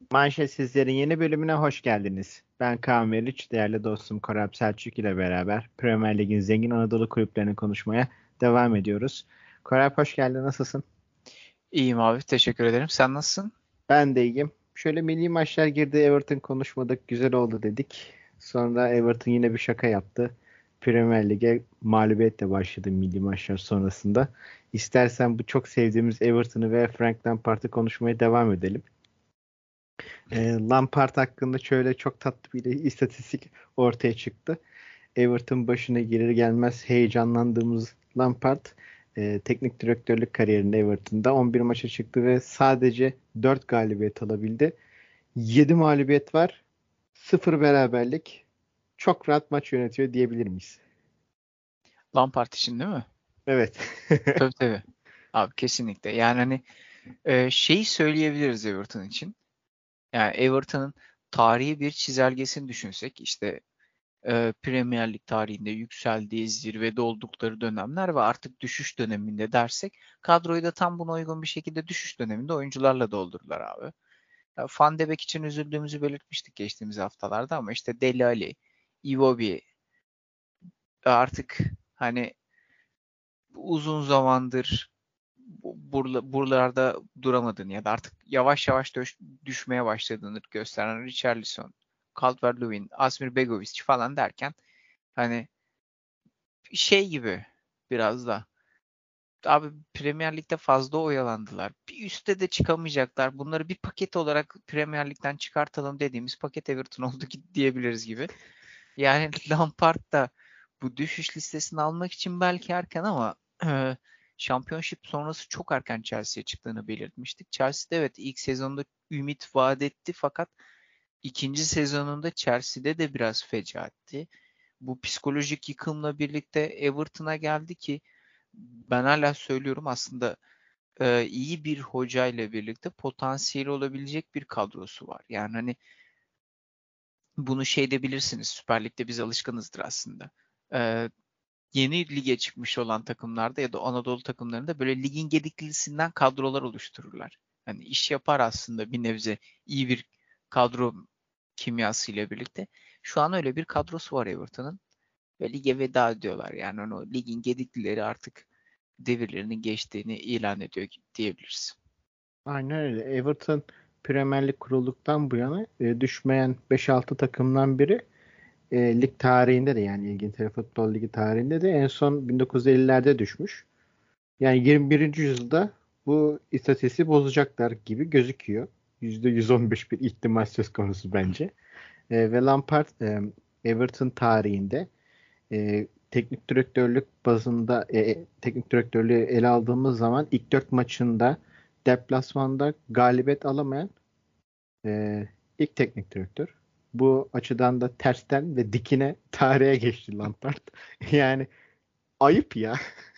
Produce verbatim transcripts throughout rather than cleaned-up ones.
Manşetsizlerin yeni bölümüne hoş geldiniz. Ben Kaan Meriç, değerli dostum Korap Selçuk ile beraber Premier Lig'in zengin Anadolu kulüplerini konuşmaya devam ediyoruz. Korap hoş geldin, nasılsın? İyiyim abi, teşekkür ederim. Sen nasılsın? Ben de iyiyim. Şöyle milli maçlar girdi, Everton konuşmadık, güzel oldu dedik. Sonra Everton yine bir şaka yaptı. Premier Lig'e mağlubiyetle başladı milli maçlar sonrasında. İstersen bu çok sevdiğimiz Everton'ı ve Frank Lampard'ı konuşmaya devam edelim. E, Lampard hakkında şöyle çok tatlı bir istatistik ortaya çıktı. Everton başına gelir gelmez heyecanlandığımız Lampard e, teknik direktörlük kariyerinde Everton'da on bir maça çıktı ve sadece dört galibiyet alabildi. yedi mağlubiyet var, sıfır beraberlik. Çok rahat maç yönetiyor diyebilir miyiz? Lampard için değil mi? Evet. Tabii tabii. Abi kesinlikle. Yani hani e, şeyi söyleyebiliriz Everton için. Yani Everton'ın tarihi bir çizelgesini düşünsek işte e, Premier Lig tarihinde yükseldiği, zirvede oldukları dönemler ve artık düşüş döneminde dersek kadroyu da tam buna uygun bir şekilde düşüş döneminde oyuncularla doldurdular abi. Ya, Van de Beek için üzüldüğümüzü belirtmiştik geçtiğimiz haftalarda ama işte Dele Alli, Iwobi artık hani uzun zamandır burla, buralarda duramadığını ya da artık yavaş yavaş döş- düşmeye başladığını gösteren Richarlison, Calvert-Lewin, Asmir Begovic falan derken hani şey gibi biraz da abi Premier Lig'de fazla oyalandılar. Bir üste de çıkamayacaklar. Bunları bir paket olarak Premier Lig'den çıkartalım dediğimiz paket Everton oldu ki diyebiliriz gibi. Yani Lampard da bu düşüş listesini almak için belki erken ama e, Championship sonrası çok erken Chelsea'ye çıktığını belirtmiştik. Chelsea'de evet ilk sezonda ümit vaat etti fakat ikinci sezonunda Chelsea'de de biraz fecaatti. Bu psikolojik yıkımla birlikte Everton'a geldi ki ben hala söylüyorum aslında e, iyi bir hoca ile birlikte potansiyeli olabilecek bir kadrosu var. Yani hani bunu şeyde bilirsiniz. Süper Lig'de biz alışkınızdır aslında. Ee, Yeni lige çıkmış olan takımlarda ya da Anadolu takımlarında böyle ligin gediklisinden kadrolar oluştururlar. Hani iş yapar aslında bir nebze iyi bir kadro kimyası ile birlikte. Şu an öyle bir kadrosu var Everton'ın ve lige veda ediyorlar. Yani onu ligin gediklileri artık devirlerinin geçtiğini ilan ediyor diyebiliriz. Aynen öyle. Everton Premier Lig kurulduktan bu yana e, düşmeyen beş altı takımdan biri. E, lig tarihinde de, yani İngiltere Futbol Ligi tarihinde de en son bin dokuz yüz ellilerde düşmüş. Yani yirmi birinci yüzyılda bu istatistiği bozacaklar gibi gözüküyor. yüzde yüz on beş bir ihtimal söz konusu bence. E, ve Lampard e, Everton tarihinde e, teknik direktörlük bazında e, e, teknik direktörlüğü ele aldığımız zaman ilk dört maçında deplasmanda galibiyet alamayan e, ilk teknik direktör. Bu açıdan da tersten ve dikine tarihe geçti Lampard. Yani ayıp ya.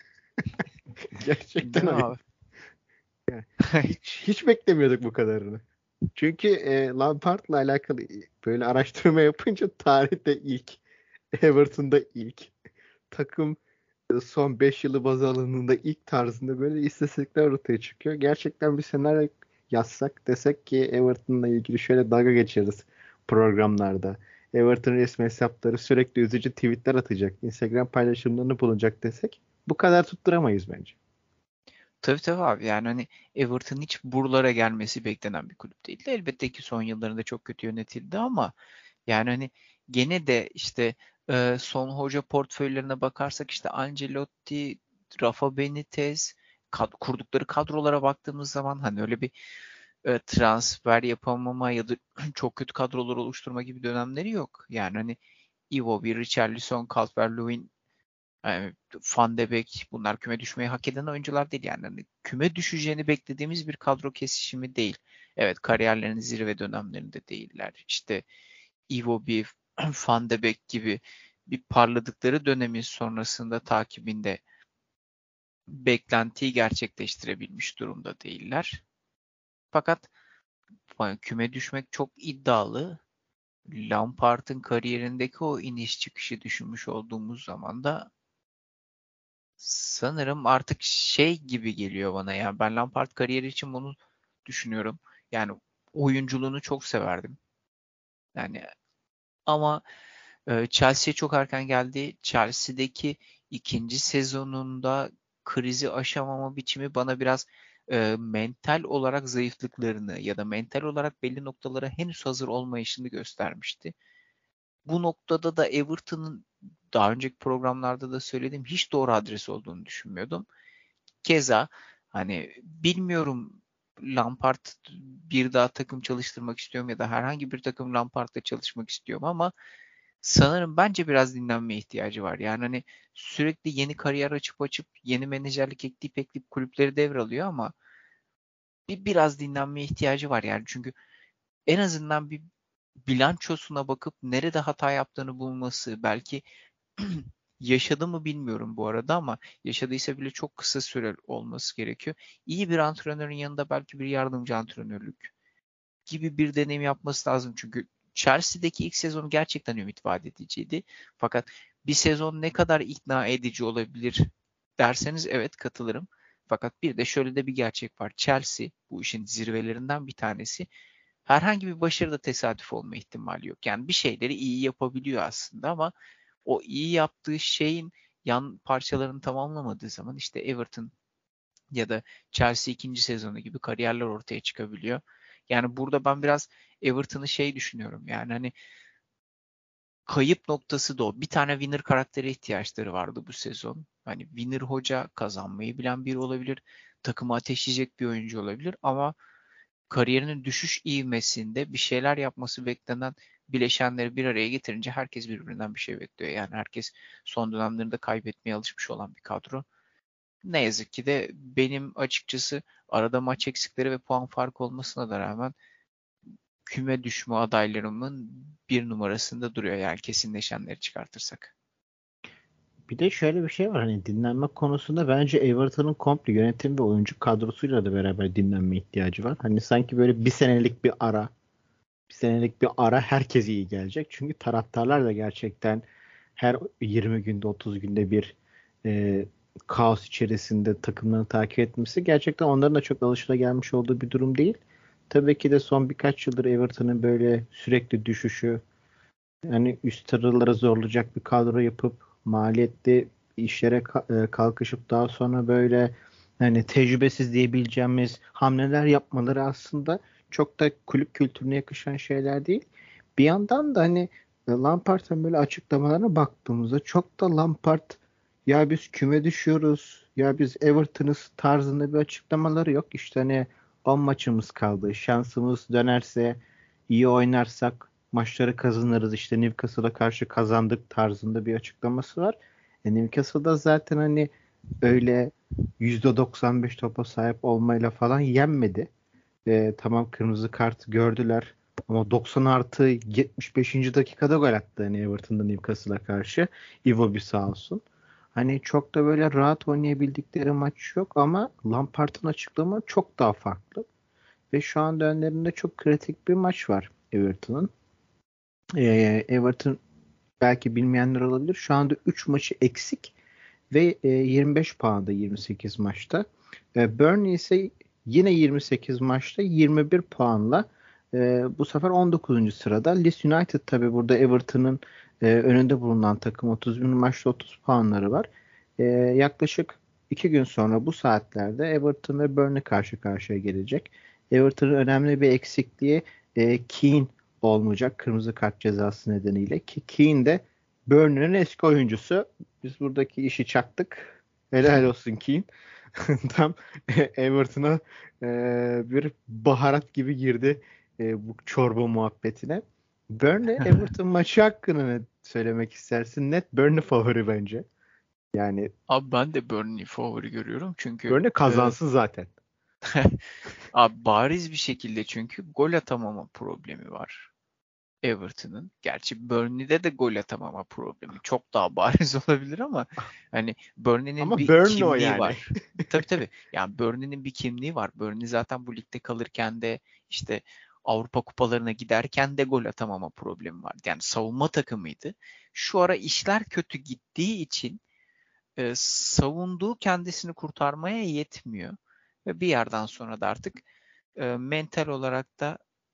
Değil Gerçekten mi ayıp. abi? Yani hiç hiç beklemiyorduk bu kadarını. Çünkü e, Lampard'la alakalı böyle araştırma yapınca tarihte ilk, Everton'da ilk, takım e, son beş yılı baz alındığında ilk tarzında böyle istatistikler ortaya çıkıyor. Gerçekten bir senaryo yazsak, desek ki Everton'la ilgili şöyle dalga geçeriz programlarda. Everton resmi hesapları sürekli üzücü tweetler atacak, Instagram paylaşımlarını bulunacak desek bu kadar tutturamayız bence. Tabii tabii abi yani hani Everton hiç buralara gelmesi beklenen bir kulüp değildi. Elbette ki son yıllarında çok kötü yönetildi ama yani hani gene de işte e, son hoca portföylerine bakarsak işte Ancelotti, Rafa Benitez kad- kurdukları kadrolara baktığımız zaman hani öyle bir e, transfer yapamama ya da çok kötü kadrolar oluşturma gibi dönemleri yok. Yani hani Iwobi, Richarlison, Calvert-Lewin, yani Van de Beek bunlar küme düşmeyi hak eden oyuncular değil yani. Hani küme düşeceğini beklediğimiz bir kadro kesişimi değil. Evet kariyerlerinin zirve dönemlerinde değiller. İşte Iwobi, Van de Beek gibi bir parladıkları dönemin sonrasında takibinde beklentiyi gerçekleştirebilmiş durumda değiller. Fakat küme düşmek çok iddialı. Lampard'ın kariyerindeki o iniş çıkışı düşünmüş olduğumuz zaman da sanırım artık şey gibi geliyor bana ya. Ben Lampard kariyeri için bunu düşünüyorum. Yani oyunculuğunu çok severdim. Yani ama e, Chelsea'ye çok erken geldi. Chelsea'deki ikinci sezonunda krizi aşamama biçimi bana biraz e, mental olarak zayıflıklarını ya da mental olarak belli noktalara henüz hazır olmayışını göstermişti. Bu noktada da Everton'ın daha önceki programlarda da söylediğim hiç doğru adres olduğunu düşünmüyordum. Keza hani bilmiyorum, Lampard bir daha takım çalıştırmak istiyorum ya da herhangi bir takım Lampard'la çalışmak istiyorum ama sanırım bence biraz dinlenmeye ihtiyacı var. Yani hani sürekli yeni kariyer açıp açıp yeni menajerlik ekleyip ekleyip kulüpleri devralıyor ama bir biraz dinlenmeye ihtiyacı var yani. Çünkü en azından bir bilançosuna bakıp nerede hata yaptığını bulması, belki yaşadı mı bilmiyorum bu arada ama yaşadıysa bile çok kısa süre olması gerekiyor. İyi bir antrenörün yanında belki bir yardımcı antrenörlük gibi bir deneyim yapması lazım. Çünkü Chelsea'deki ilk sezon gerçekten ümit vaat ediciydi. Fakat bir sezon ne kadar ikna edici olabilir derseniz evet, katılırım. Fakat bir de şöyle de bir gerçek var. Chelsea bu işin zirvelerinden bir tanesi. Herhangi bir başarıda tesadüf olma ihtimali yok. Yani bir şeyleri iyi yapabiliyor aslında ama o iyi yaptığı şeyin yan parçalarını tamamlamadığı zaman işte Everton ya da Chelsea ikinci sezonu gibi kariyerler ortaya çıkabiliyor. Yani burada ben biraz Everton'ı şey düşünüyorum. Yani hani kayıp noktası da o. Bir tane winner karaktere ihtiyaçları vardı bu sezon. Hani winner hoca, kazanmayı bilen biri olabilir. Takımı ateşleyecek bir oyuncu olabilir ama kariyerinin düşüş ivmesinde bir şeyler yapması beklenen bileşenleri bir araya getirince herkes birbirinden bir şey bekliyor. Yani herkes son dönemlerinde kaybetmeye alışmış olan bir kadro. Ne yazık ki de benim açıkçası arada maç eksikleri ve puan farkı olmasına da rağmen küme düşme adaylarımın bir numarasında duruyor, yani kesinleşenleri çıkartırsak. Bir de şöyle bir şey var, hani dinlenme konusunda bence Everton'un komple yönetim ve oyuncu kadrosuyla da beraber dinlenme ihtiyacı var. Hani sanki böyle bir senelik bir ara, bir senelik bir ara herkes iyi gelecek. Çünkü taraftarlar da gerçekten her yirmi günde otuz günde bir e, kaos içerisinde takımlarını takip etmesi gerçekten onların da çok alışılagelmiş olduğu bir durum değil. Tabii ki de son birkaç yıldır Everton'ın böyle sürekli düşüşü, yani üst sıralara zorlayacak bir kadro yapıp maliyetli işlere ka- e, kalkışıp daha sonra böyle hani tecrübesiz diyebileceğimiz hamleler yapmaları aslında çok da kulüp kültürüne yakışan şeyler değil. Bir yandan da hani e, Lampard'ın böyle açıklamalarına baktığımızda çok da Lampard ya biz küme düşüyoruz ya biz Everton'ız tarzında bir açıklamaları yok. İşte hani on maçımız kaldı. Şansımız dönerse iyi oynarsak maçları kazanırız, işte Newcastle'a karşı kazandık tarzında bir açıklaması var. E, Newcastle'da zaten hani öyle yüzde doksan beş topa sahip olmayla falan yenmedi. E, tamam, kırmızı kart gördüler ama doksan artı yetmiş beşinci dakikada gol attı hani Everton'da Newcastle'a karşı. Iwobi sağ olsun. Hani çok da böyle rahat oynayabildikleri maç yok ama Lampard'ın açıklama çok daha farklı. Ve şu anda önlerinde çok kritik bir maç var Everton'ın. Ee, Everton belki bilmeyenler olabilir. Şu anda üç maçı eksik ve e, yirmi beş puanda yirmi sekiz maçta. E, Burnley ise yine yirmi sekiz maçta yirmi bir puanla e, bu sefer on dokuzuncu sırada. Leeds United tabi burada Everton'ın e, önünde bulunan takım, otuz bir maçta otuz puanları var. E, yaklaşık iki gün sonra bu saatlerde Everton ve Burnley karşı karşıya gelecek. Everton'ın önemli bir eksikliği e, Keane olmayacak kırmızı kart cezası nedeniyle, ki Keane de Burnley'nin eski oyuncusu. Biz buradaki işi çaktık. Helal olsun Keane. Tam Everton'a e, bir baharat gibi girdi e, bu çorba muhabbetine. Burnley Everton maçı hakkında ne söylemek istersin? Net Burnley favori bence. Yani Abi ben de Burnley favori görüyorum çünkü Burnley e, kazansın zaten. abi bariz bir şekilde çünkü gol atamama problemi var Everton'ın. Gerçi Burnley'de de gol atamama problemi çok daha bariz olabilir ama hani Burnley'nin Ama bir Burnley o kimliği yani. var. Tabii tabii. Yani Burnley'nin bir kimliği var. Burnley zaten bu ligde kalırken de işte Avrupa kupalarına giderken de gol atamama problemi vardı. Yani savunma takımıydı. Şu ara işler kötü gittiği için e, savunduğu kendisini kurtarmaya yetmiyor. Ve bir yerden sonra da artık e, mental olarak da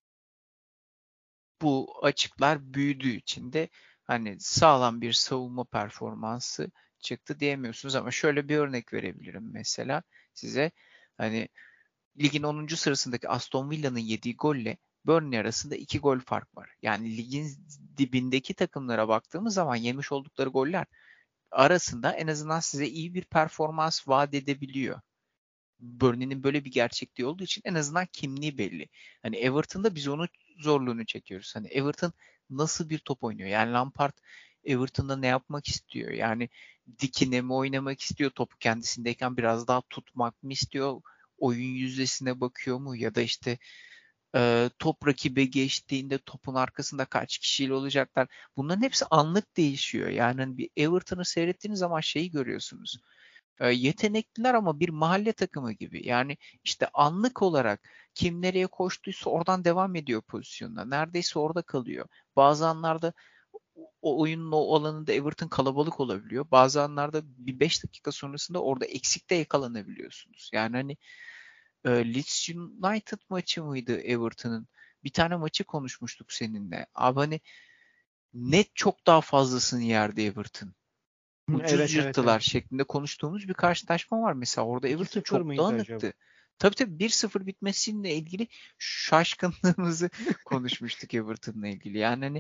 bu açıklar büyüdüğü için de hani sağlam bir savunma performansı çıktı diyemiyorsunuz ama şöyle bir örnek verebilirim mesela size. Hani ligin onuncu sırasındaki Aston Villa'nın yediği golle Burnley arasında iki gol fark var. Yani ligin dibindeki takımlara baktığımız zaman yemiş oldukları goller arasında en azından size iyi bir performans vaat edebiliyor. Burnley'nin böyle bir gerçekliği olduğu için en azından kimliği belli. Hani Everton'da biz onun zorluğunu çekiyoruz. Hani Everton nasıl bir top oynuyor? Yani Lampard Everton'da ne yapmak istiyor? Yani dikine mi oynamak istiyor? Topu kendisindeyken biraz daha tutmak mı istiyor? Oyun yüzdesine bakıyor mu? Ya da işte e, top rakibe geçtiğinde topun arkasında kaç kişiyle olacaklar? Bunların hepsi anlık değişiyor. Yani hani bir Everton'ı seyrettiğiniz zaman şeyi görüyorsunuz. E, yetenekliler ama bir mahalle takımı gibi. Yani işte anlık olarak kim nereye koştuysa oradan devam ediyor pozisyonuna. Neredeyse orada kalıyor. Bazı anlarda o oyunun o alanında Everton kalabalık olabiliyor. Bazı anlarda bir beş dakika sonrasında orada eksikte yakalanabiliyorsunuz. Yani hani e, Leeds United maçı mıydı Everton'ın? Bir tane maçı konuşmuştuk seninle. Abi hani net çok daha fazlasını yerdi Everton. Ucuz Evet, evet, evet. yırttılar şeklinde konuştuğumuz bir karşılaşma var mesela. Orada iki Everton sıfır çok mıydı acaba? dağınıktı. Tabii tabii bir sıfır bitmesiyle ilgili şaşkınlığımızı konuşmuştuk Everton'la ilgili. Yani hani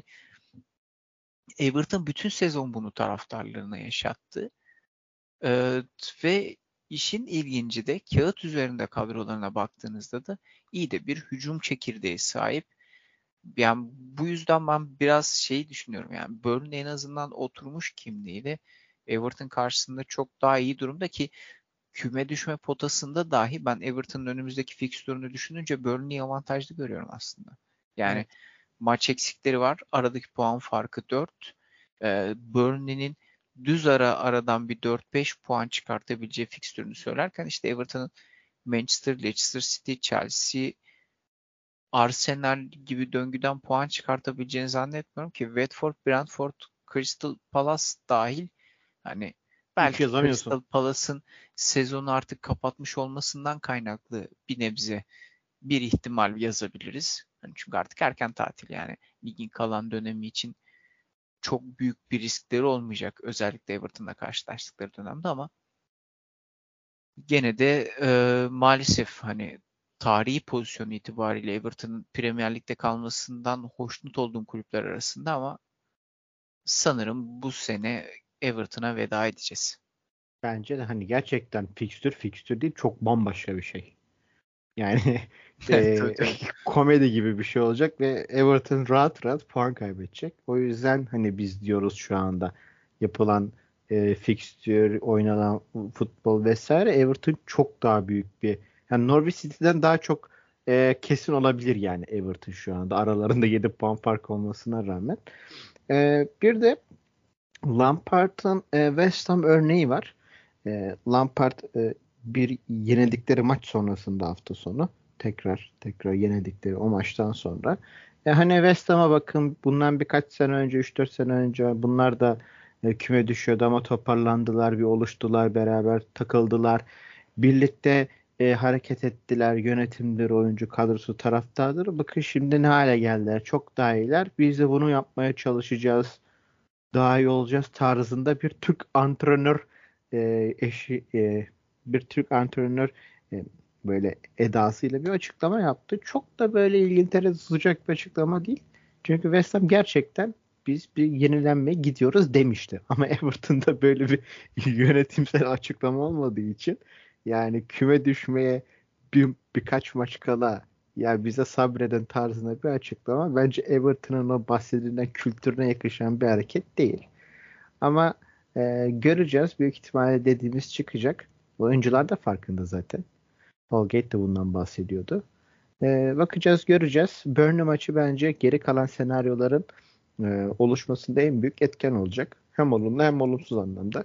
Everton bütün sezon bunu taraftarlarına yaşattı. Ee, ve işin ilginci de kağıt üzerinde kadrolarına baktığınızda da iyi de bir hücum çekirdeği sahip. Yani bu yüzden ben biraz şey düşünüyorum yani Burnley en azından oturmuş kimliğiyle Everton karşısında çok daha iyi durumda ki küme düşme potasında dahi ben Everton'ın önümüzdeki fikstürünü düşününce Burnley'i avantajlı görüyorum aslında. Yani Evet. maç eksikleri var. Aradaki puan farkı dört. Ee, Burnley'nin düz ara aradan bir dört beş puan çıkartabileceği fikstürünü söylerken işte Everton'ın Manchester, Leicester City, Chelsea, Arsenal gibi döngüden puan çıkartabileceğini zannetmiyorum ki Watford, Brentford, Crystal Palace dahil hani Hiç belki yazamıyorsun. Crystal Palace'ın sezonu artık kapatmış olmasından kaynaklı bir nebze bir ihtimal yazabiliriz. Hani çünkü artık erken tatil yani ligin kalan dönemi için çok büyük bir riskleri olmayacak özellikle Everton'la karşılaştıkları dönemde ama gene de e, maalesef hani tarihi pozisyonu itibariyle Everton'ın Premier Lig'de kalmasından hoşnut olduğum kulüpler arasında ama sanırım bu sene Everton'a veda edeceğiz. Bence de hani gerçekten fikstür fikstür değil, çok bambaşka bir şey. Yani Tabii e, tabii. komedi gibi bir şey olacak ve Everton rahat rahat puan kaybedecek. O yüzden hani biz diyoruz şu anda yapılan e, fikstür, oynanan futbol vesaire Everton çok daha büyük bir, yani Norwich City'den daha çok e, kesin olabilir yani Everton şu anda aralarında yedi puan fark olmasına rağmen. E, bir de Lampard'ın e, West Ham örneği var. E, Lampard e, bir yenildikleri maç sonrasında hafta sonu tekrar tekrar yenildikleri o maçtan sonra e, hani West Ham'a bakın, bundan birkaç sene önce, üç dört sene önce bunlar da e, küme düşüyordu ama toparlandılar, bir oluştular, beraber takıldılar. Birlikte e, hareket ettiler. Yönetimdir, oyuncu kadrosu, taraftardır. Bakın şimdi ne hale geldiler. Çok daha iyiler. Biz de bunu yapmaya çalışacağız, daha iyi olacağız tarzında bir Türk antrenör e, eşi e, bir Türk antrenör e, böyle edasıyla bir açıklama yaptı. Çok da böyle İngiltere sıcak bir açıklama değil. Çünkü West Ham gerçekten biz bir yenilenmeye gidiyoruz demişti. Ama Everton'da böyle bir yönetimsel açıklama olmadığı için yani küme düşmeye bir, birkaç maç kala ya bize sabreden tarzında bir açıklama bence Everton'ın o bahsedilen kültürüne yakışan bir hareket değil. Ama e, göreceğiz. Büyük ihtimalle dediğimiz çıkacak. Oyuncular da farkında zaten. Holgate de bundan bahsediyordu. E, bakacağız, göreceğiz. Burnley maçı bence geri kalan senaryoların e, oluşmasında en büyük etken olacak. Hem olumlu hem olumsuz anlamda.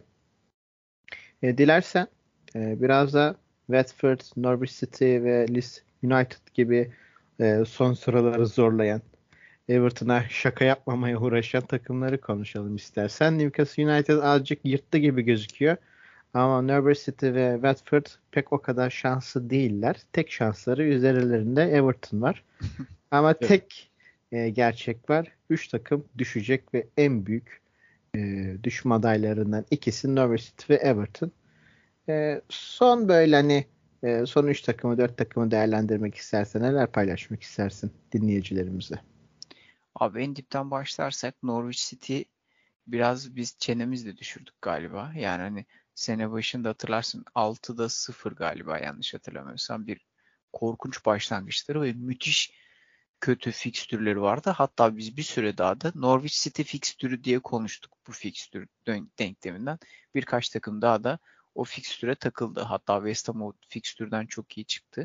E, dilersen e, biraz da Watford, Norwich City ve Leeds United gibi e, son sıraları zorlayan, Everton'a şaka yapmamaya uğraşan takımları konuşalım istersen. Newcastle United azıcık yırttı gibi gözüküyor. Ama Norwich City ve Watford pek o kadar şanslı değiller. Tek şansları üzerlerinde Everton var. Ama Evet. tek e, gerçek var. Üç takım düşecek ve en büyük e, düşme adaylarından ikisi Norwich City ve Everton. E, son böyle hani e, son üç takımı dört takımı değerlendirmek istersen neler paylaşmak istersin dinleyicilerimize? Abi en dipten başlarsak Norwich City biraz biz çenemizle düşürdük galiba. Yani hani sene başında hatırlarsın altıda sıfır galiba yanlış hatırlamıyorsam bir korkunç başlangıçları ve müthiş kötü fikstürleri vardı. Hatta biz bir süre daha da Norwich City fikstürü diye konuştuk bu fikstür denkleminden. Birkaç takım daha da o fikstüre takıldı. Hatta West Ham o fikstürden çok iyi çıktı.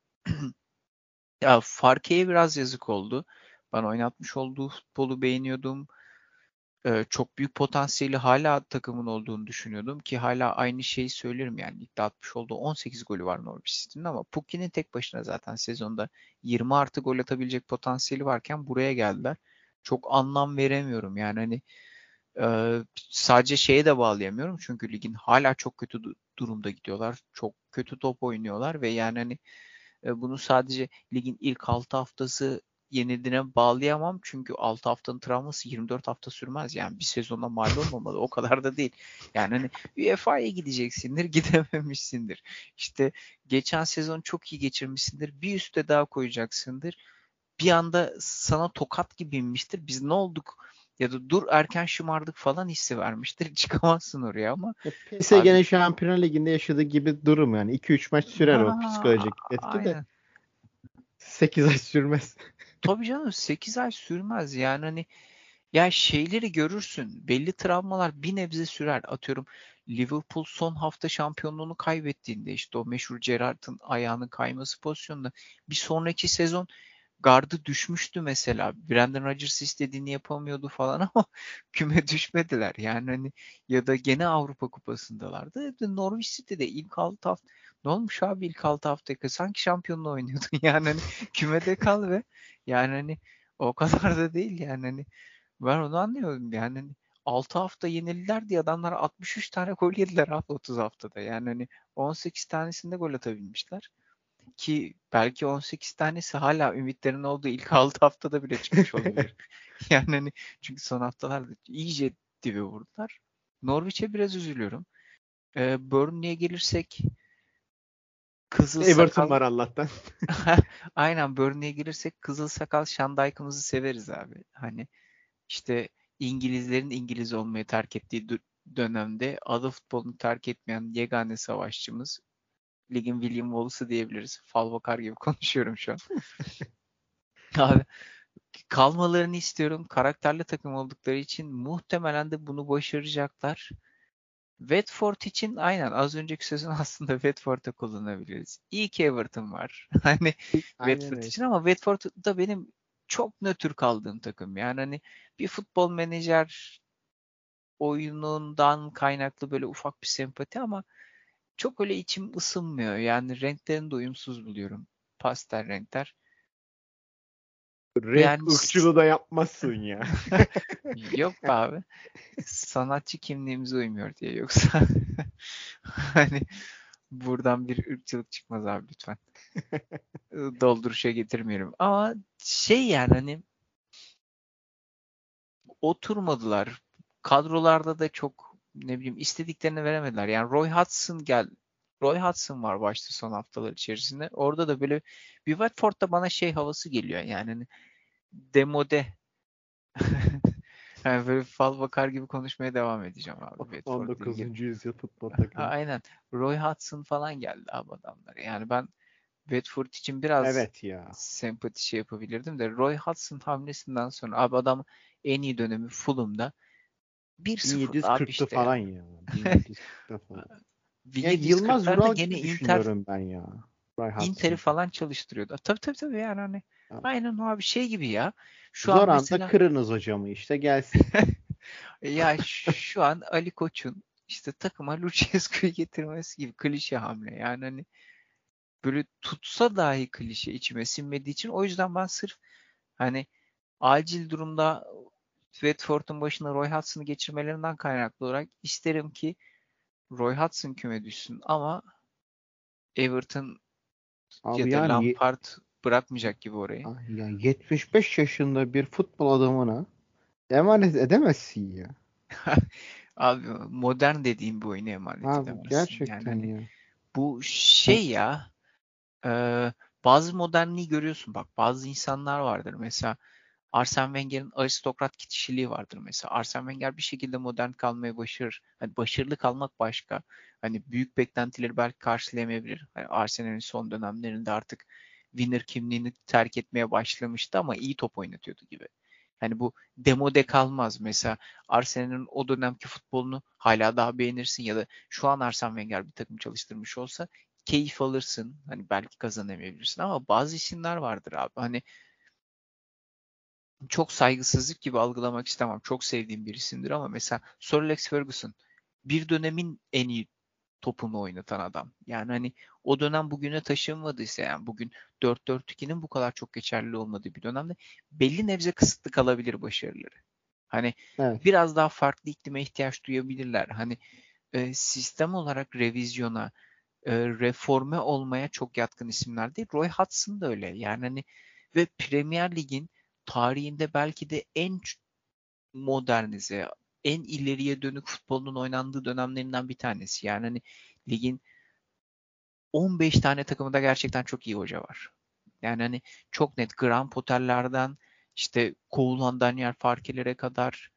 Ya Farke'ye biraz yazık oldu. Ben oynatmış olduğu futbolu beğeniyordum. Ee, çok büyük potansiyeli hala takımın olduğunu düşünüyordum ki hala aynı şeyi söylerim yani ligde atmış olduğu on sekiz golü var Norwich City'nin ama Pukki'nin tek başına zaten sezonda yirmi artı gol atabilecek potansiyeli varken buraya geldiler. Çok anlam veremiyorum yani hani e, sadece şeye de bağlayamıyorum çünkü ligin hala çok kötü du- durumda gidiyorlar. Çok kötü top oynuyorlar ve yani hani e, bunu sadece ligin ilk altı haftası yenildiğine bağlayamam. Çünkü altı haftanın travması yirmi dört hafta sürmez. Yani bir sezonda mal olmamalı. O kadar da değil. Yani hani U E F A'ya gideceksindir, gidememişsindir. İşte geçen sezon çok iyi geçirmişsindir. Bir üste daha koyacaksındır. Bir anda sana tokat gibi inmiştir. Biz ne olduk? Ya da dur erken şımardık falan hissi vermiştir. Çıkamazsın oraya ama Ya, abi P S G'nin Şampiyonlar Ligi'nde yaşadığı gibi durum yani. iki üç maç sürer o ha, psikolojik etki de aynen. sekiz ay sürmez. Tabii canım sekiz ay sürmez yani hani ya şeyleri görürsün belli travmalar bir nebze sürer atıyorum Liverpool son hafta şampiyonluğunu kaybettiğinde işte o meşhur Gerrard'ın ayağının kayması pozisyonunda bir sonraki sezon gardı düşmüştü mesela. Brandon Rodgers istediğini yapamıyordu falan ama küme düşmediler. Yani hani ya da gene Avrupa Kupası'ndalardı. Norwich City'de ilk altı hafta ne olmuş abi ilk altı hafta sanki şampiyonluğu oynuyordun. Yani hani kümede kal ve yani hani o kadar da değil yani hani ben onu anlıyorum yani hani altı hafta yenildiler diye adamlar altmış üç tane gol yediler abi otuz haftada. Yani hani on sekiz tanesinde gol atabilmişler. Ki belki on sekiz tanesi hala ümitlerin olduğu ilk altı haftada bile çıkmış olabilir. Yani hani çünkü son haftalarda iyice dibe vurdular. Norwich'e biraz üzülüyorum. Ee, Burnley'e gelirsek Kızıl Everton Sakal var Allah'tan. aynen Burnley'e gelirsek Kızıl Sakal Şandayk'ımızı severiz abi. Hani işte İngilizlerin İngiliz olmayı terk ettiği dö- dönemde adı futbolunu terk etmeyen yegane savaşçımız ligin William Wallace'ı diyebiliriz. Falvakar gibi konuşuyorum şu an. Abi kalmalarını istiyorum. Karakterli takım oldukları için muhtemelen de bunu başaracaklar. Watford için aynen az önceki sözün aslında Watford'a kullanabiliriz. İyi ki Everton var. Hani Aynen Watford öyle. için ama Watford da benim çok nötr kaldığım takım. Yani hani bir futbol menajer oyunundan kaynaklı böyle ufak bir sempati ama çok öyle içim ısınmıyor. Yani renklerini de uyumsuz buluyorum. Pastel renkler. Renk Yani ırkçılığı da yapmazsın ya. yok be abi. Sanatçı kimliğimize uymuyor diye yoksa hani buradan bir ırkçılık çıkmaz abi lütfen. Dolduruşa getirmiyorum. Ama şey yani hani oturmadılar. Kadrolarda da çok ne bileyim istediklerini veremediler. Yani Roy Hodgson gel Roy Hodgson var başta son haftalar içerisinde. Orada da böyle bir Watford'da bana şey havası geliyor. Yani hani demode yani böyle fal bakar gibi konuşmaya devam edeceğim abi Watford'la ilgili. on dokuzuncu yüzyıl futbol Ha, takımı. aynen. Roy Hodgson falan geldi abi adamlar. Yani ben Watford için biraz Evet ya. sempati şey yapabilirdim de Roy Hodgson hamlesinden sonra abi adam en iyi dönemi Fulham'da bir sıfır abi bin yedi yüz kırkta işte ya. falan ya. bin yedi yüz kırkta falan. Ya Yılmaz bin yedi yüz kırklarda Vural gene gibi Inter düşünüyorum ben ya. Roy Inter'i Hodgson'ı. falan çalıştırıyordu. Tabii tabii tabii yani hani aynen o abi şey gibi ya. Şu an Zor anda mesela kırınız hocamı işte gelsin. ya şu an Ali Koç'un işte takıma Lucescu'yu getirmesi gibi klişe hamle. Yani hani böyle tutsa dahi klişe içime sinmediği için o yüzden ben sırf hani acil durumda Watford'un başına Roy Hudson'ı geçirmelerinden kaynaklı olarak isterim ki Roy Hudson küme düşsün ama Everton Abi ya da yani ye- Lampard bırakmayacak gibi orayı. Ay ya yetmiş beş yaşında bir futbol adamına emanet edemezsin ya. Abi modern dediğim bir oyunu emanet Abi edemezsin. Yani gerçekten hani ya. bu şey ya, e, bazı modernliği görüyorsun. Bak bazı insanlar vardır. Mesela Arsene Wenger'in aristokrat kişiliği vardır mesela. Arsene Wenger bir şekilde modern kalmayı başarır. Hani başarılı kalmak başka. Hani büyük beklentileri belki karşılayamayabilir. Hani Arsenal'in son dönemlerinde artık winner kimliğini terk etmeye başlamıştı ama iyi top oynatıyordu gibi. Hani bu demode kalmaz. Mesela Arsenal'in o dönemki futbolunu hala daha beğenirsin ya da şu an Arsene Wenger bir takım çalıştırmış olsa keyif alırsın. Hani belki kazanamayabilirsin ama bazı isimler vardır abi. Hani çok saygısızlık gibi algılamak istemem. Çok sevdiğim bir isimdir ama mesela Sir Alex Ferguson bir dönemin en iyi topunu oynatan adam. Yani hani o dönem bugüne taşınmadıysa, yani bugün dört dört ikinin bu kadar çok geçerli olmadığı bir dönemde belli nebze kısıtlı kalabilir başarıları. Hani Evet. biraz daha farklı iklime ihtiyaç duyabilirler. Hani e, sistem olarak revizyona, e, reforme olmaya çok yatkın isimler değil. Roy Hodgson da öyle. Yani hani ve Premier Lig'in tarihinde belki de en ç- modernize, en ileriye dönük futbolun oynandığı dönemlerinden bir tanesi. Yani hani ligin on beş tane takımında gerçekten çok iyi hoca var. Yani hani çok net Graham Potter'lardan işte kovulan Daniel Farke'lere kadar,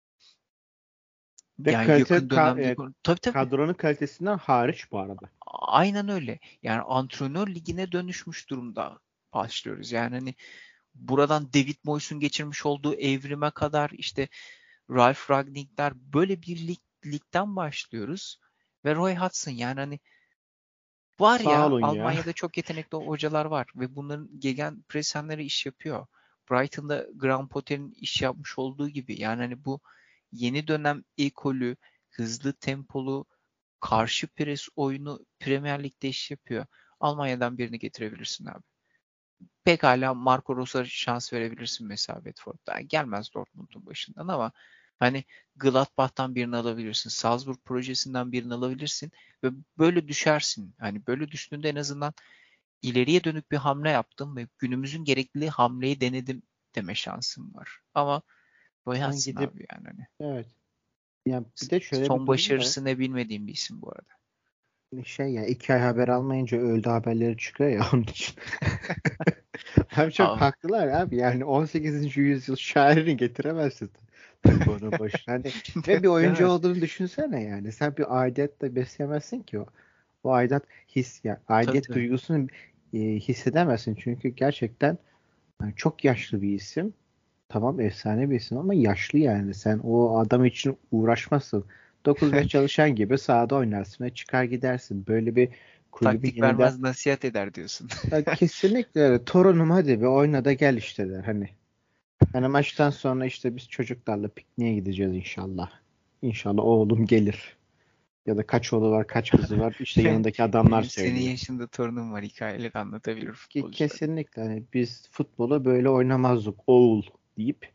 Ve yani kalite yakın ka- dönemde e, tabii tabii. kadronun kalitesinden hariç bu arada. Aynen öyle. Yani antrenör ligine dönüşmüş durumda başlıyoruz. Yani hani buradan David Moyes'un geçirmiş olduğu evrime kadar işte Ralf Rangnick'ler, böyle bir lig, ligden başlıyoruz. Ve Roy Hodgson, yani hani var Sağ ya, olun ya. Almanya'da çok yetenekli hocalar var ve bunların Gegenpressenleri iş yapıyor. Brighton'da Graham Potter'in iş yapmış olduğu gibi. Yani hani bu yeni dönem ekolü, hızlı tempolu, karşı pres oyunu Premier Lig'de iş yapıyor. Almanya'dan birini getirebilirsin abi. Pekala Marco Ros'a şans verebilirsin mesela Watford'da. Gelmez Dortmund'un başından ama hani Gladbach'tan birini alabilirsin. Salzburg projesinden birini alabilirsin ve böyle düşersin. Hani böyle düşündüğünde en azından ileriye dönük bir hamle yaptım ve günümüzün gerekli hamleyi denedim deme şansım var. Ama Roy Sen Hodgson gidip abi, yani hani evet. Ya bir de şöyle bir son durum da var. başarısı ne bilmediğim bir isim bu arada. Şey ya iki ay haber almayınca öldü haberleri çıkıyor ya onun için. Abi çok Aa, haklılar abi. Yani on sekizinci yüzyıl şairini getiremezsin takımının başına. Hani ve bir değil oyuncu mi? olduğunu düşünsene yani. Sen bir aidiyetle besleyemezsin ki o. O aidat his ya Tabii aidiyet tabii. duygusunu e, hissedemezsin. Çünkü gerçekten yani çok yaşlı bir isim. Tamam efsane bir isim ama yaşlı yani. Sen o adam için uğraşmazsın. dokuz beş çalışan gibi sahada oynarsın ve çıkar gidersin. Böyle bir kulübün Taktik yeniden vermez nasihat eder diyorsun. ya kesinlikle öyle. Torunum hadi bir oyna da gel işte der. Hani hani maçtan sonra işte biz çocuklarla pikniğe gideceğiz inşallah. İnşallah oğlum gelir. Ya da kaç oğlu var kaç kızı var. İşte Benim, yanındaki adamlar benim senin söylüyor. yaşında torunum var, hikayeleri anlatabilir Ki futbolcular. kesinlikle hani biz futbolu böyle oynamazdık oğul deyip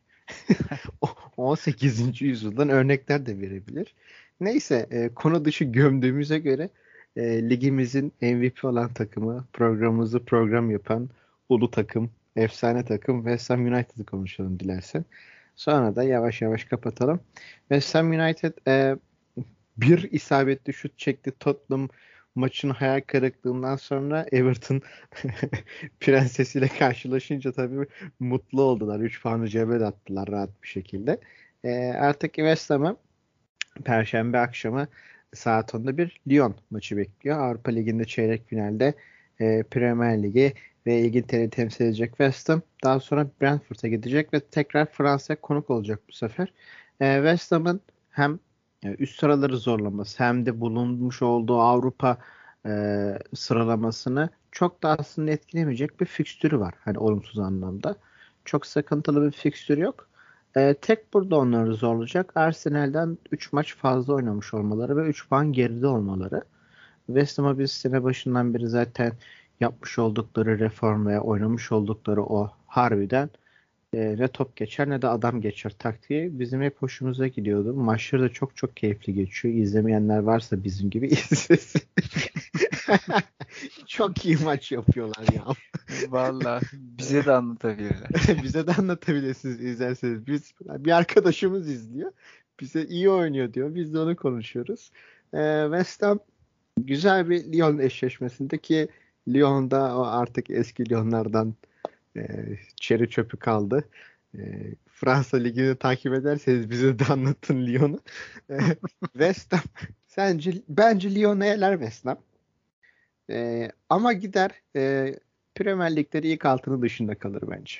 on sekizinci yüzyıldan örnekler de verebilir. Neyse e, konu dışı gömdüğümüze göre e, ligimizin M V P olan takımı, programımızı program yapan ulu takım, efsane takım West Ham United'ı konuşalım dilersen. Sonra da yavaş yavaş kapatalım. West Ham United e, bir isabetli şut çekti. Tottenham maçın hayal kırıklığından sonra Everton prensesiyle karşılaşınca tabii mutlu oldular. üç puanı cebe attılar rahat bir şekilde. Ee, artık West Ham'ı Perşembe akşamı saat onda bir Lyon maçı bekliyor. Avrupa Ligi'nde çeyrek finalde e, Premier Ligi ve İngiltere'yi temsil edecek West Ham. Daha sonra Brentford'a gidecek ve tekrar Fransa'ya konuk olacak bu sefer. E, West Ham'ın hem e, üst sıraları zorlaması hem de bulunmuş olduğu Avrupa e, sıralamasını çok da aslında etkilemeyecek bir fikstürü var. Hani olumsuz anlamda. Çok sıkıntılı bir fikstür yok. Ee, tek burada onları zorlayacak Arsenal'den üç maç fazla oynamış olmaları ve üç puan geride olmaları. West Ham'a biz sene başından beri zaten yapmış oldukları reform ve oynamış oldukları o harbiden e, ne top geçer ne de adam geçer taktiği bizim hep hoşumuza gidiyordu. Maçları da çok çok keyifli geçiyor. İzlemeyenler varsa bizim gibi izlesin. çok iyi maç yapıyorlar ya. Vallahi bize de anlatabilirler. Bize de anlatabilirsiniz izlerseniz. Biz bir arkadaşımız izliyor. Bize iyi oynuyor diyor. Biz de onu konuşuyoruz. Ee, West Ham güzel bir Lyon eşleşmesinde ki Lyon'da o artık eski Lyon'lardan e, çeri çöpü kaldı. E, Fransa Ligi'ni takip ederseniz bize de anlatın Lyon'u. E, West Ham sence bence Lyon'u eler West Ham. E, ama gider e, Premier Lig'leri ilk altını dışında kalır bence.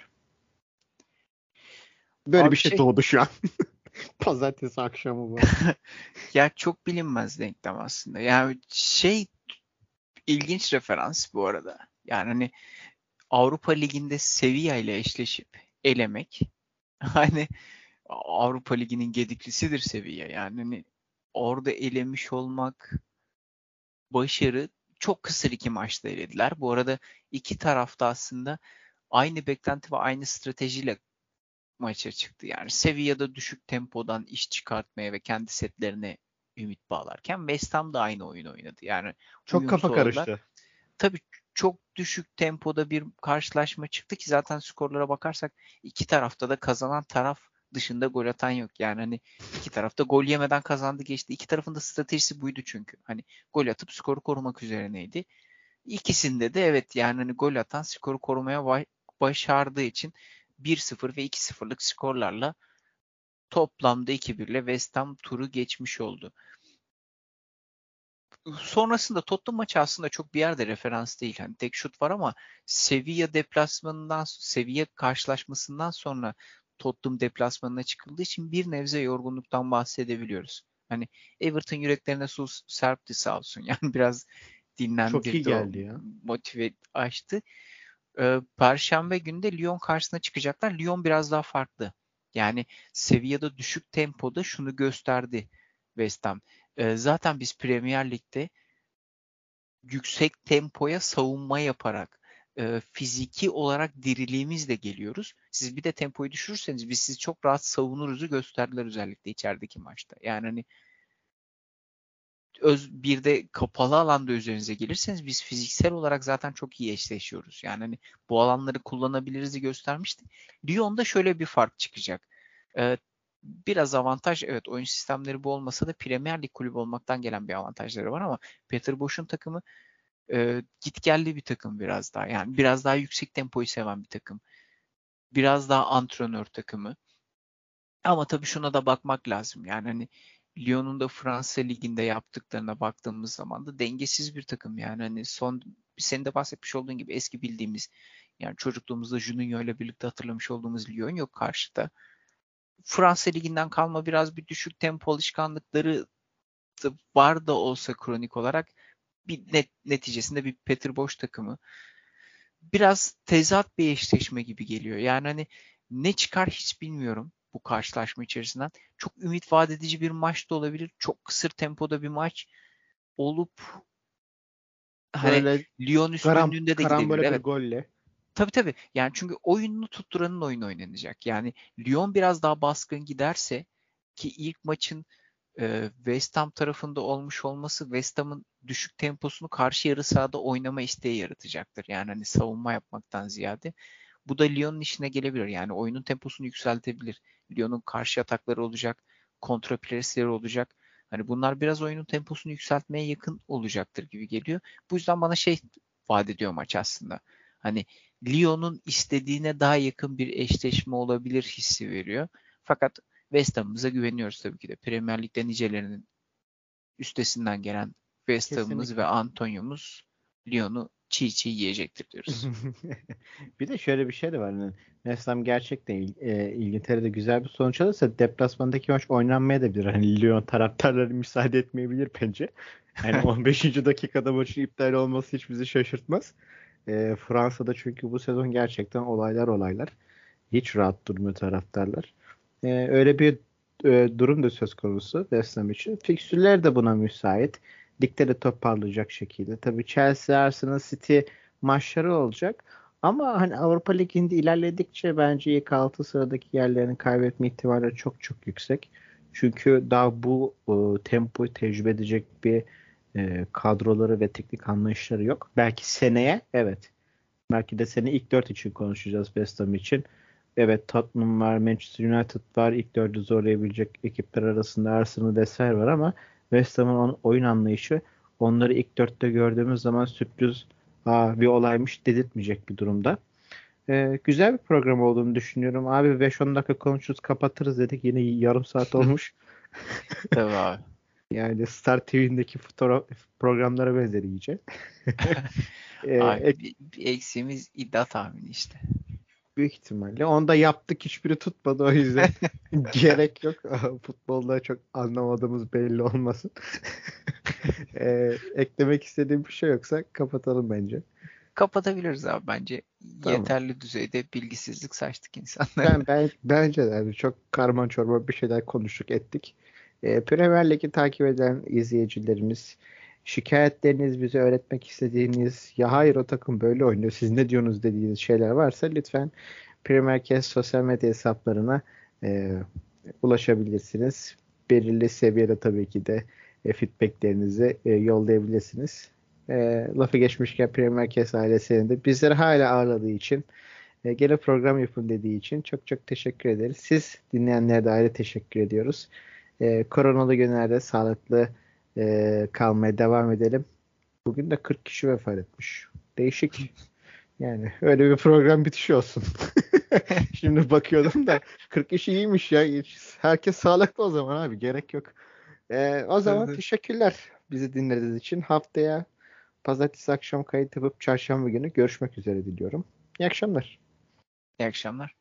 Böyle Abi bir şey şey doğdu şu an. Pazartesi akşamı bu. ya çok bilinmez denklem aslında. Yani şey ilginç referans bu arada. Yani hani Avrupa Ligi'nde Sevilla ile eşleşip elemek hani Avrupa Ligi'nin gediklisidir Sevilla. Yani hani orada elemiş olmak başarı, çok kısır iki maçta elediler. Bu arada iki tarafta aslında aynı beklenti ve aynı stratejiyle maça çıktı. Yani Sevilla'da düşük tempodan iş çıkartmaya ve kendi setlerine ümit bağlarken West Ham da aynı oyun oynadı. Yani Çok kafa uyumsuz oldular. karıştı. Tabii çok düşük tempoda bir karşılaşma çıktı ki zaten skorlara bakarsak iki tarafta da kazanan taraf dışında gol atan yok. Yani hani iki tarafta gol yemeden kazandı geçti. İki tarafın da stratejisi buydu çünkü. Hani gol atıp skoru korumak üzerineydi. İkisinde de evet yani hani gol atan skoru korumaya başardığı için bir sıfır ve iki sıfırlık skorlarla toplamda iki bir ile West Ham turu geçmiş oldu. Sonrasında Tottenham maçı aslında çok bir yerde referans değil. Hani tek şut var ama Sevilla deplasmanından, Sevilla karşılaşmasından sonra Tottenham deplasmanına çıkıldığı için bir nebze yorgunluktan bahsedebiliyoruz. Hani Everton yüreklerine su serpti sağ olsun. Yani biraz Çok iyi dinlendirdi, o geldi ya. motive açtı. Ee, Perşembe günü de Lyon karşısına çıkacaklar. Lyon biraz daha farklı. Yani Sevilla'da düşük tempoda şunu gösterdi West Ham. Ee, zaten biz Premier Lig'de yüksek tempoya savunma yaparak e, fiziki olarak diriliğimizle geliyoruz. Siz bir de tempoyu düşürürseniz biz sizi çok rahat savunuruzu gösterdiler özellikle içerideki maçta. Yani hani öz bir de kapalı alanda üzerinize gelirseniz biz fiziksel olarak zaten çok iyi eşleşiyoruz. Yani hani bu alanları kullanabiliriz'i göstermişti. Lyon'da şöyle bir fark çıkacak. Ee, biraz avantaj, evet, oyun sistemleri bu olmasa da Premier Lig kulübü olmaktan gelen bir avantajları var ama Peter Bosz'un takımı e, gitgelli bir takım biraz daha. Yani biraz daha yüksek tempoyu seven bir takım. Biraz daha antrenör takımı. Ama tabii şuna da bakmak lazım. Yani hani Lyon'un da Fransa Ligi'nde yaptıklarına baktığımız zaman da dengesiz bir takım. Yani hani son senin de bahsetmiş olduğun gibi eski bildiğimiz, yani çocukluğumuzda Juninho ile birlikte hatırlamış olduğumuz Lyon yok karşıda. Fransa Ligi'nden kalma biraz bir düşük tempo alışkanlıkları da var da olsa kronik olarak bir net, neticesinde bir Peter Bosz takımı. Biraz tezat bir eşleşme gibi geliyor. Yani hani ne çıkar hiç bilmiyorum bu karşılaşma içerisinden. Çok ümit vaat edici bir maç da olabilir. Çok kısır tempoda bir maç olup hani Böyle Lyon karam, üstünlüğünde de gidebilir. karambole bir Evet. golle. Tabii tabii. Yani çünkü oyununu tutturanın oyunu oynanacak. Yani Lyon biraz daha baskın giderse ki ilk maçın e, West Ham tarafında olmuş olması West Ham'ın düşük temposunu karşı yarı sahada oynama isteği yaratacaktır. Yani hani savunma yapmaktan ziyade. Bu da Lyon'un işine gelebilir. Yani oyunun temposunu yükseltebilir. Lyon'un karşı atakları olacak, kontra presleri olacak. Hani bunlar biraz oyunun temposunu yükseltmeye yakın olacaktır gibi geliyor. Bu yüzden bana şey vaat ediyor maç aslında. Hani Lyon'un istediğine daha yakın bir eşleşme olabilir hissi veriyor. Fakat West Ham'ımıza güveniyoruz tabii ki de. Premier Lig'de nicelerinin üstesinden gelen West Ham'ımız ve Kesinlikle. Antonio'muz Lyon'u çiğ çiğ yiyecektir diyoruz. Bir de şöyle bir şey de var. Yani West Ham gerçekten İl- e, İngiltere'de güzel bir sonuç alırsa deplasmandaki maç oynanmaya da bilir. Hani Lyon taraftarları müsaade etmeyebilir bence. Yani on beşinci dakikada maçın iptal olması hiç bizi şaşırtmaz. E, Fransa'da çünkü bu sezon gerçekten olaylar olaylar. Hiç rahat durmuyor taraftarlar. E, öyle bir e, durum da söz konusu West Ham için. Fikstürler de buna müsait. Ligde de toparlayacak şekilde. Tabii Chelsea, Arsenal, City maçları olacak. Ama hani Avrupa Ligi'nde ilerledikçe bence ilk altı sıradaki yerlerini kaybetme ihtimalleri çok çok yüksek. Çünkü daha bu e, tempoyu tecrübe edecek bir e, kadroları ve teknik anlayışları yok. Belki seneye evet. Belki de sene ilk dört için konuşacağız West Ham için. Evet, Tottenham var, Manchester United var. İlk dördü zorlayabilecek ekipler arasında Arsenal vesaire var ama West Ham'ın oyun anlayışı onları ilk dörtte gördüğümüz zaman sürpriz Aa, bir olaymış dedirtmeyecek bir durumda. Ee, güzel bir program olduğunu düşünüyorum. Abi beş on dakika konuşuruz kapatırız dedik. Yine yarım saat olmuş. Tabii abi. Yani Star T V'ndeki fotoğraf programlara benzer iyice. Ee, Abi ek- bir, bir eksiğimiz iddia tahmini işte. Büyük ihtimalle. Onu da yaptık. Hiçbiri tutmadı. O yüzden gerek yok. Futbolda çok anlamadığımız belli olmasın. Ee, eklemek istediğim bir şey yoksa kapatalım bence. Kapatabiliriz abi bence. Tamam. Yeterli düzeyde bilgisizlik saçtık insanlara. Ben, ben bence de yani çok karman çorba bir şeyler konuştuk ettik. Ee, Premier Lig'i takip eden izleyicilerimiz şikayetleriniz, bize öğretmek istediğiniz ya hayır o takım böyle oynuyor siz ne diyorsunuz dediğiniz şeyler varsa lütfen Premier sosyal medya hesaplarına e, ulaşabilirsiniz. Belirli seviyede tabii ki de e, feedbacklerinizi e, yollayabilirsiniz. E, lafı geçmişken Premier ailesinin de bizleri hala ağırladığı için e, gene program yapın dediği için çok çok teşekkür ederiz. Siz dinleyenlere de ayrı teşekkür ediyoruz. E, koronalı günlerde sağlıklı e, kalmaya devam edelim. Bugün de kırk kişi vefat etmiş. Değişik. Yani öyle bir program bitişi olsun. Şimdi bakıyordum da kırk kişi iyiymiş ya. Herkes sağlıklı o zaman abi. Gerek yok. E, o zaman Evet. teşekkürler bizi dinlediğiniz için. Haftaya pazartesi akşam kayıt yapıp çarşamba günü görüşmek üzere diliyorum. İyi akşamlar. İyi akşamlar.